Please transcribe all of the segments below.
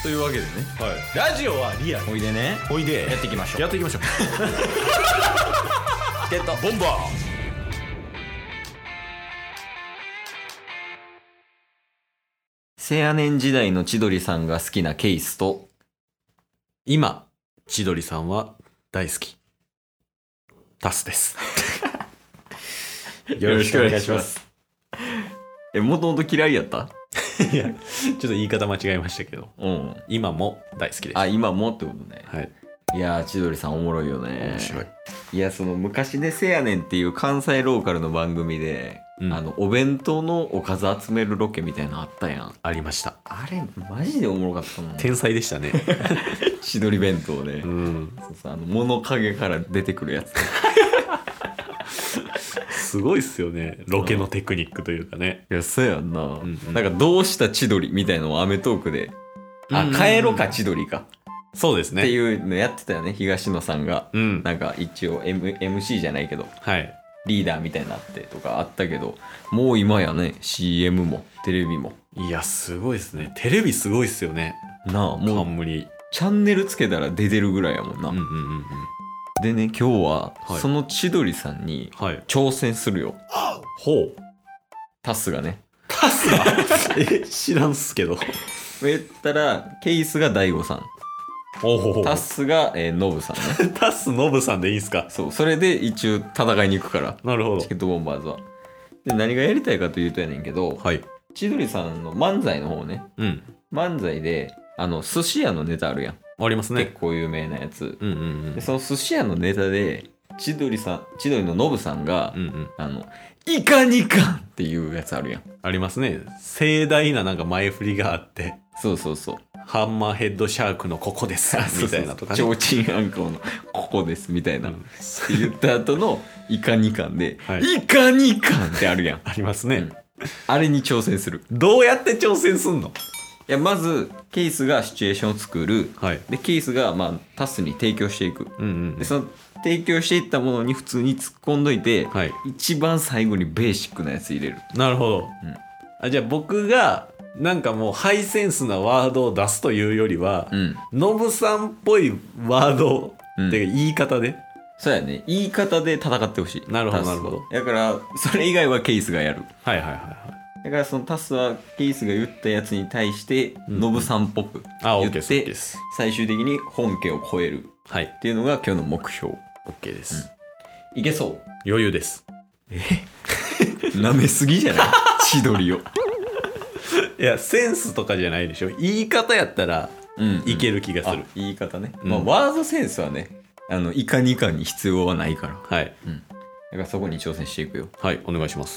というわけでね、 はい、ラジオはリアル。 おいでね、 おいでやっていきましょう。 やっていきましょうゲットボンバー。 せやねん時代の千鳥さんが好きなケースと、 今千鳥さんは大好きタスですよろしくお願いします。 もともと嫌いやった？ いやちょっと言い方間違えましたけど、 うん。 今も大好きです。 あ、今もってことね。 はい。 いやー、千鳥さんおもろいよね。 面白い。 いや、その昔ね、せやねんっていう関西ローカルの番組で、 うん、 お弁当のおかず集めるロケみたいなのあったやん。 ありました。 あれマジでおもろかったもん。 天才でしたね千鳥弁当ね。 うん。 そうそう、物陰から出てくるやつ。 すごいっすよね、ロケのテクニックというかね。 いや、そうやんな。 うんうん、 なんかどうした千鳥みたいなのをアメトークで、あ、帰ろか千鳥か。 そうですね。 っていうのやってたよね、東野さんが。 うん。 なんか一応、MC じゃないけど、 はい。 リーダーみたいになってとかあったけど、もう今やね、CM もテレビも。 いや、すごいですね。テレビすごいっすよね。 なあ、もう冠。 チャンネルつけたら出てるぐらいやもんな。 うんうんうんうん。 でね、今日は、 はい、 その千鳥さんに挑戦するよ。 ほう。 タスがね。 タスが知らんっすけど。 言ったら、ケースが大悟さん。タスが、ノブさんね。 タスノブさんでいいんすか？ そう、それで一応戦いに行くから。 なるほど。 チケットボンバーズは。で、何がやりたいかというとやねんけど、 はい。 千鳥さんの漫才の方ね。 うん。 漫才で、寿司屋のネタあるやん。 ありますね。 結構有名なやつ。 うんうんうん。 で、その寿司屋のネタで、千鳥のノブさんが、 うんうん、 イカニカンっていうやつあるやん。 ありますね。盛大ななんか前振りがあって。 そうそうそう。 ハンマーヘッドシャークのここですみたいなとかね。 ちょうちんあんこのここですみたいな、って言った後のイカニカンで、はい、イカニカンってあるやん。 ありますね、 あれに挑戦する。 どうやって挑戦すんの？ いや、まずケースがシチュエーションを作る、 はい、 でケースがタスに提供していく、 うんうん、 でその提供していったものに普通に突っ込んどいて、 はい、 一番最後にベーシックなやつ入れる。 なるほど、じゃあ僕がなんかもうハイセンスなワードを出すというよりは、ノブさんっぽいワードって言い方で、 そうやね、言い方で戦ってほしい。 なるほどなるほど。 だからそれ以外はケースがやる。 はいはいはいはい。 だからそのタスはケースが言ったやつに対してノブさんっぽく言って、最終的に本家を超えるっていうのが今日の目標。 OK です、 いけそう？ 余裕です。 なめすぎじゃない？千鳥を。 いや、センスとかじゃないでしょ。言い方やったらいける気がする。 言い方ね、ワードセンスはね、いかにかに必要はないから。 はい、 だからそこに挑戦していくよ。 はい、お願いします。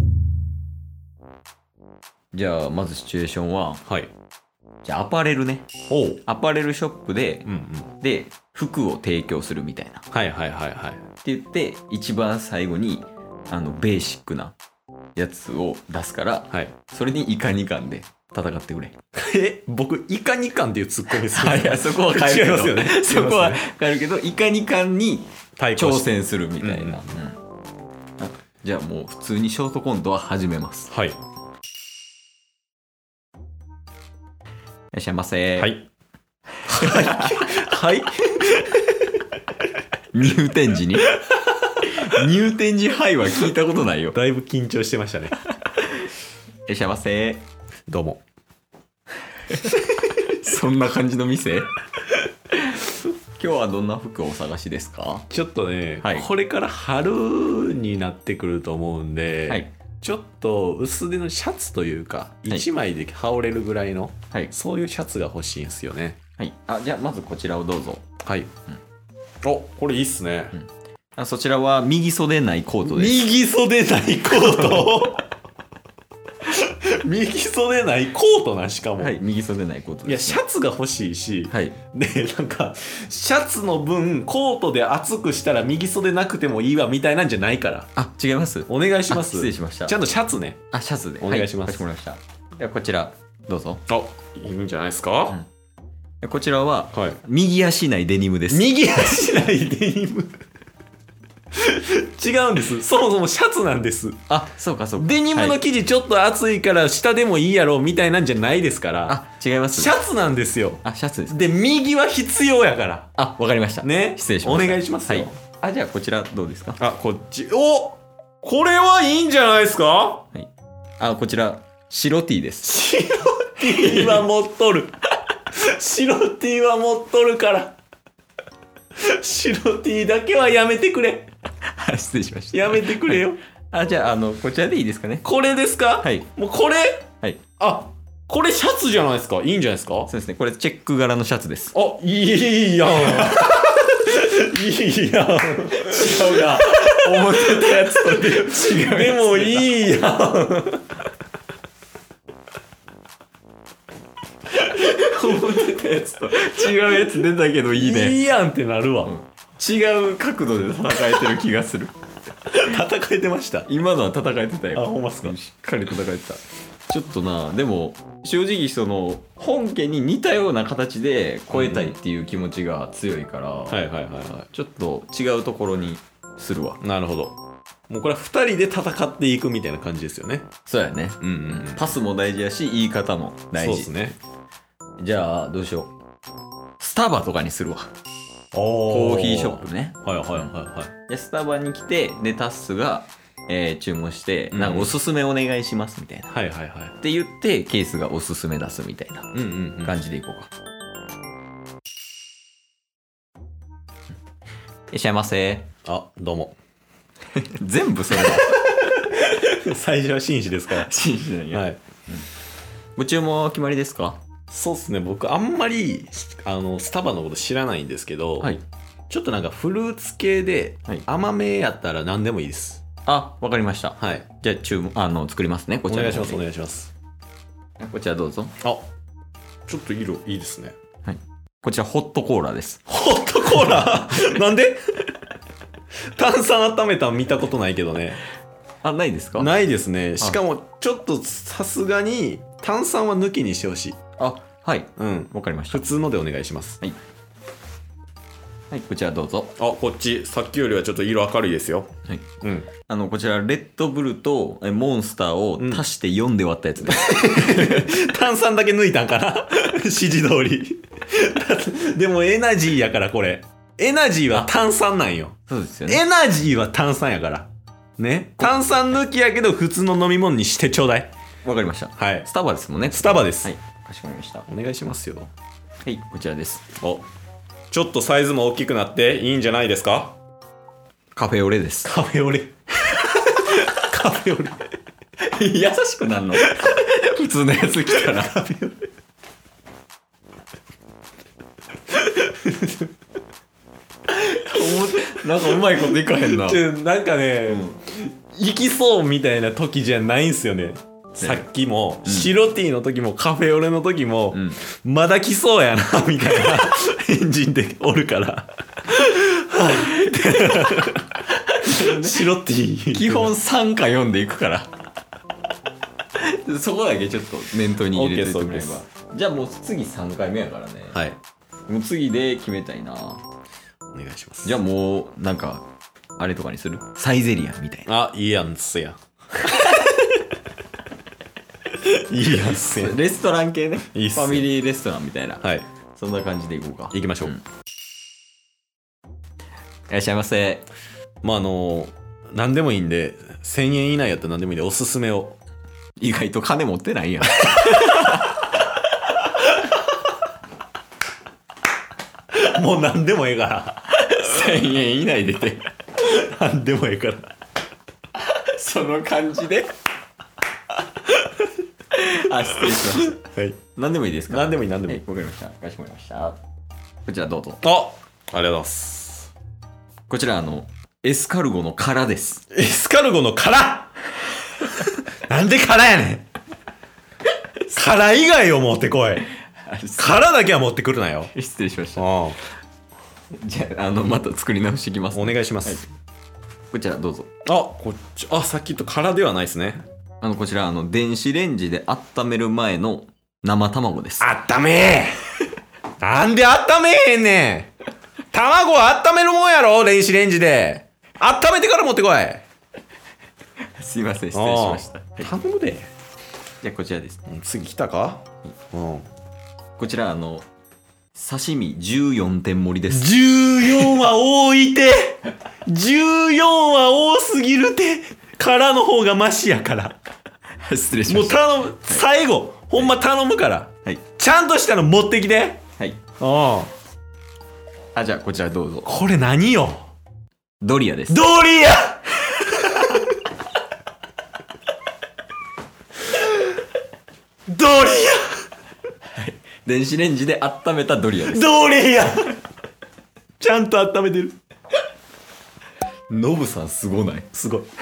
じゃあまずシチュエーションは、 はい、 じゃあアパレルね。アパレルショップで、で服を提供するみたいな。 はいはいはいはい。 って言って一番最後にベーシックなやつを出すから、それにイカニカンで戦ってくれ。 僕イカニカンっていうツッコミする。いや、そこは変えるけど。違いますよね。そこは変えるけど、イカニカンに挑戦するみたいな。じゃあもう普通にショートコントは始めます。 はい。いらっしゃいませ。 はい。はい。 入店時に入店時はいは聞いたことないよ。 だいぶ緊張してましたね。 いらっしゃいませ。 どうも。 そんな感じの店？今日はどんな服をお探しですか？ ちょっとね、これから春になってくると思うんで、ちょっと薄手のシャツというか、1枚で羽織れるぐらいの、そういうシャツが欲しいんですよね。 はい。じゃあまずこちらをどうぞ。 はい。お、これいいっすね。 そちらは右袖ないコートです。 右袖ないコート右袖ないコートな、しかも。 はい、右袖ないコートです、ね。 いや、シャツが欲しいし、で、なんか、シャツの分、コートで厚くしたら右袖なくてもいいわみたいなんじゃないから。 あ、違います。 お願いします。 失礼しました。 ちゃんとシャツね。 シャツで。 お願いします。 かしこまりました。では、こちら、どうぞ。 いいんじゃないですか。 こちらは、右足ないデニムです。 右足ないデニム違うんです。そもそもシャツなんです。 あ、そうかそうか。 デニムの生地ちょっと厚いから下でもいいやろみたいなんじゃないですから。 あ、違います。 シャツなんですよ。 あ、シャツです。 で、右は必要やから。 あ、わかりました。 ね。 失礼します。 お願いしますよ。はい。 あ、じゃあこちらどうですか？ あ、こっち。お、これはいいんじゃないですか？はい。あ、こちら、白 T です。 白 T は持っとる。白 T は持っとるから。白 T だけはやめてくれ。 失礼しました。 やめてくれよ。 あ、じゃあ、こちらでいいですかね。 これですか？ はい。 もうこれ？ はい。 あ、これシャツじゃないですか？いいんじゃないですか？ そうですね。これチェック柄のシャツです。 あ、いいやん。いいやん。違うな。思ってたやつと違う。でもいいやん。 思ってたやつと違うやつ出たけどいいね。 いいやんってなるわ。 違う角度で戦えてる気がする。 戦えてました。 今のは戦えてたよ。 あ、ほんまっすか。 しっかり戦えてた。ちょっとな、でも正直その本家に似たような形で超えたいっていう気持ちが強いから、 はいはいはいはい。 ちょっと違うところにするわ。 なるほど。もうこれは2人で戦っていくみたいな感じですよね。 そうやね。 うんうん、うん。 パスも大事やし、言い方も大事。 そうですね。 じゃあどうしよう。スタバとかにするわ。 コーヒーショップね。 はいはいはいはい。 でスタバに来て、でタッスが、注文して、なんかおすすめお願いしますみたいな。 はいはいはい。 って言ってケースがおすすめ出すみたいな感じでいこうか。いらっしゃいませ。 あ、どうも。 全部それだ。 最初は紳士ですから。 紳士なんや。はい。ご注文は決まりですか？ そうっすね。僕あんまりスタバのこと知らないんですけど、はい、ちょっとなんかフルーツ系で、はい、甘めやったら何でもいいです。 あ、わかりました。 はい。 じゃあ作りますね。こちらお願いしますお願いします。 こちらどうぞ。 あ、ちょっと色いいですね。 はい。こちらホットコーラです。 ホットコーラなんで？炭酸温めたん見たことないけどね。 あ、ないですか？ ないですね。しかもちょっとさすがに炭酸は抜きにしてほしい。 あ、はい。 うん。 わかりました。 普通のでお願いします。 はい。はい、こちらどうぞ。 あ、こっちさっきよりはちょっと色明るいですよ。 はい。うん。こちらレッドブルとモンスターを足して4で割ったやつです。 炭酸だけ抜いたんかな。指示通り。でもエナジーやからこれ。エナジーは炭酸なんよ。 そうですよね。 エナジーは炭酸やから。ね。炭酸抜きやけど普通の飲み物にしてちょうだい。 わかりました。 はい。 スタバですもんね。 スタバです。 はい。かしこまりました。 お願いしますよ。 はい、こちらです。 お、ちょっとサイズも大きくなっていいんじゃないですか？ カフェオレです。 カフェオレ。カフェオレ。 優しくなんの？普通のやつ来たら。カフェオレ。なんかうまいこといかへんな。 なんかね、行きそうみたいな時じゃないんすよね。さっきも、白 T の時もカフェオレの時も、まだ来そうやなみたいなエンジンでおるから白 T 基本3か4でいくからそこだけちょっと念頭に入れておければ。じゃあもう次3回目やからね。 はい。 もう次で決めたいな。 お願いします。 じゃあもうなんかあれとかにする？サイゼリアみたいな。 あ、いいやんすやいいやんすや。 レストラン系ね。 いいっす。 ファミリーレストランみたいな。 はい。 そんな感じでいこうか。 行きましょう。いらっしゃいませ。 まあ何でもいいんで、1000円以内やったら何でもいいんでおすすめを。 意外と金持ってないやん。 もう何でもええから 1000円以内でて何でもええからその感じであ、失礼しました。はい。何でもいいですか？ 何でもいい、何でもいい。 わかりました。かしこまりました。こちらどうぞ。 ありがとうございます。 こちらエスカルゴの殻です。 エスカルゴの殻なんで殻やねん。殻以外を持ってこい。殻だけは持ってくるなよ。 失礼しました。じゃあまた作り直していきます、 お願いします、はい、 こちらどうぞ。 こっち、さっきと殻ではないですね。 こちら電子レンジで温める前の生卵です。 温めーなんで温めへんねん。卵は温めるもんやろ、電子レンジで。 温めてから持ってこい。 すいません、失礼しました。はい、 頼むで。 じゃあこちらですね。 次来たか、うん、 こちら刺身14点盛りです。 14は多いて。14は多すぎるて。からの方がマシやから。 失礼しました。 もう頼む、最後ほんま頼むから、はい、ちゃんとしたの持ってきて。 はい。じゃあこちらどうぞ。 これ何よ。 ドリアです。 ドリアドリア、はい、 電子レンジで温めたドリアです。 ドリアちゃんと温めてる。 ノブさんすごない？ すごい。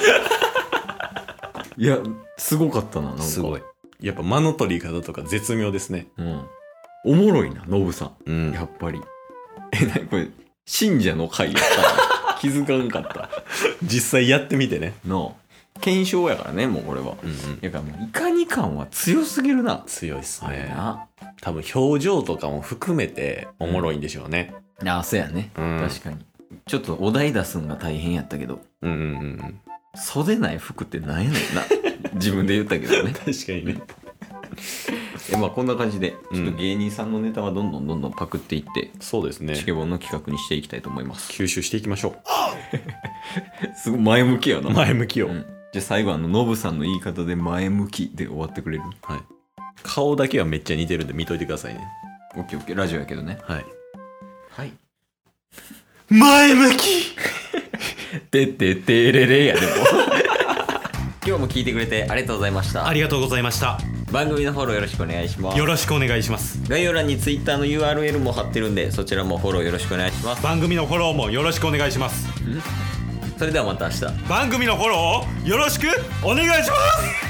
いや、すごかったな。なんかすごい。やっぱ間の取り方とか絶妙ですね。 うん。おもろいな、ノブさん。 うん。 やっぱり。これ、信者の会やったら気づかんかった。 実際やってみてね。 検証やからね、もうこれは。 うんうん。 だからもう、いかに感は強すぎるな。 強いっすね。 な。 多分表情とかも含めておもろいんでしょうね。 そうやね。確かに。ちょっとお題出すんが大変やったけど。袖ない服ってなんやねんな。自分で言ったけどね。 確かにね。 まあこんな感じでちょっと芸人さんのネタはどんどんパクっていって、 そうですね、 チケボンの企画にしていきたいと思います。 吸収していきましょう。 すごい前向きやな。 前向きよ、 じゃあ最後ノブさんの言い方で前向きで終わってくれる？ はい。顔だけはめっちゃ似てるんで見といてくださいね。 オッケーオッケー。ラジオやけどね。 はいはい。 前向きてててれれやでも今日も聞いてくれてありがとうございました。 ありがとうございました。 番組のフォローよろしくお願いします。 よろしくお願いします。 概要欄に Twitter の URL も貼ってるんで、そちらもフォローよろしくお願いします。 番組のフォローもよろしくお願いします。 それではまた明日。 番組のフォローをよろしくお願いします。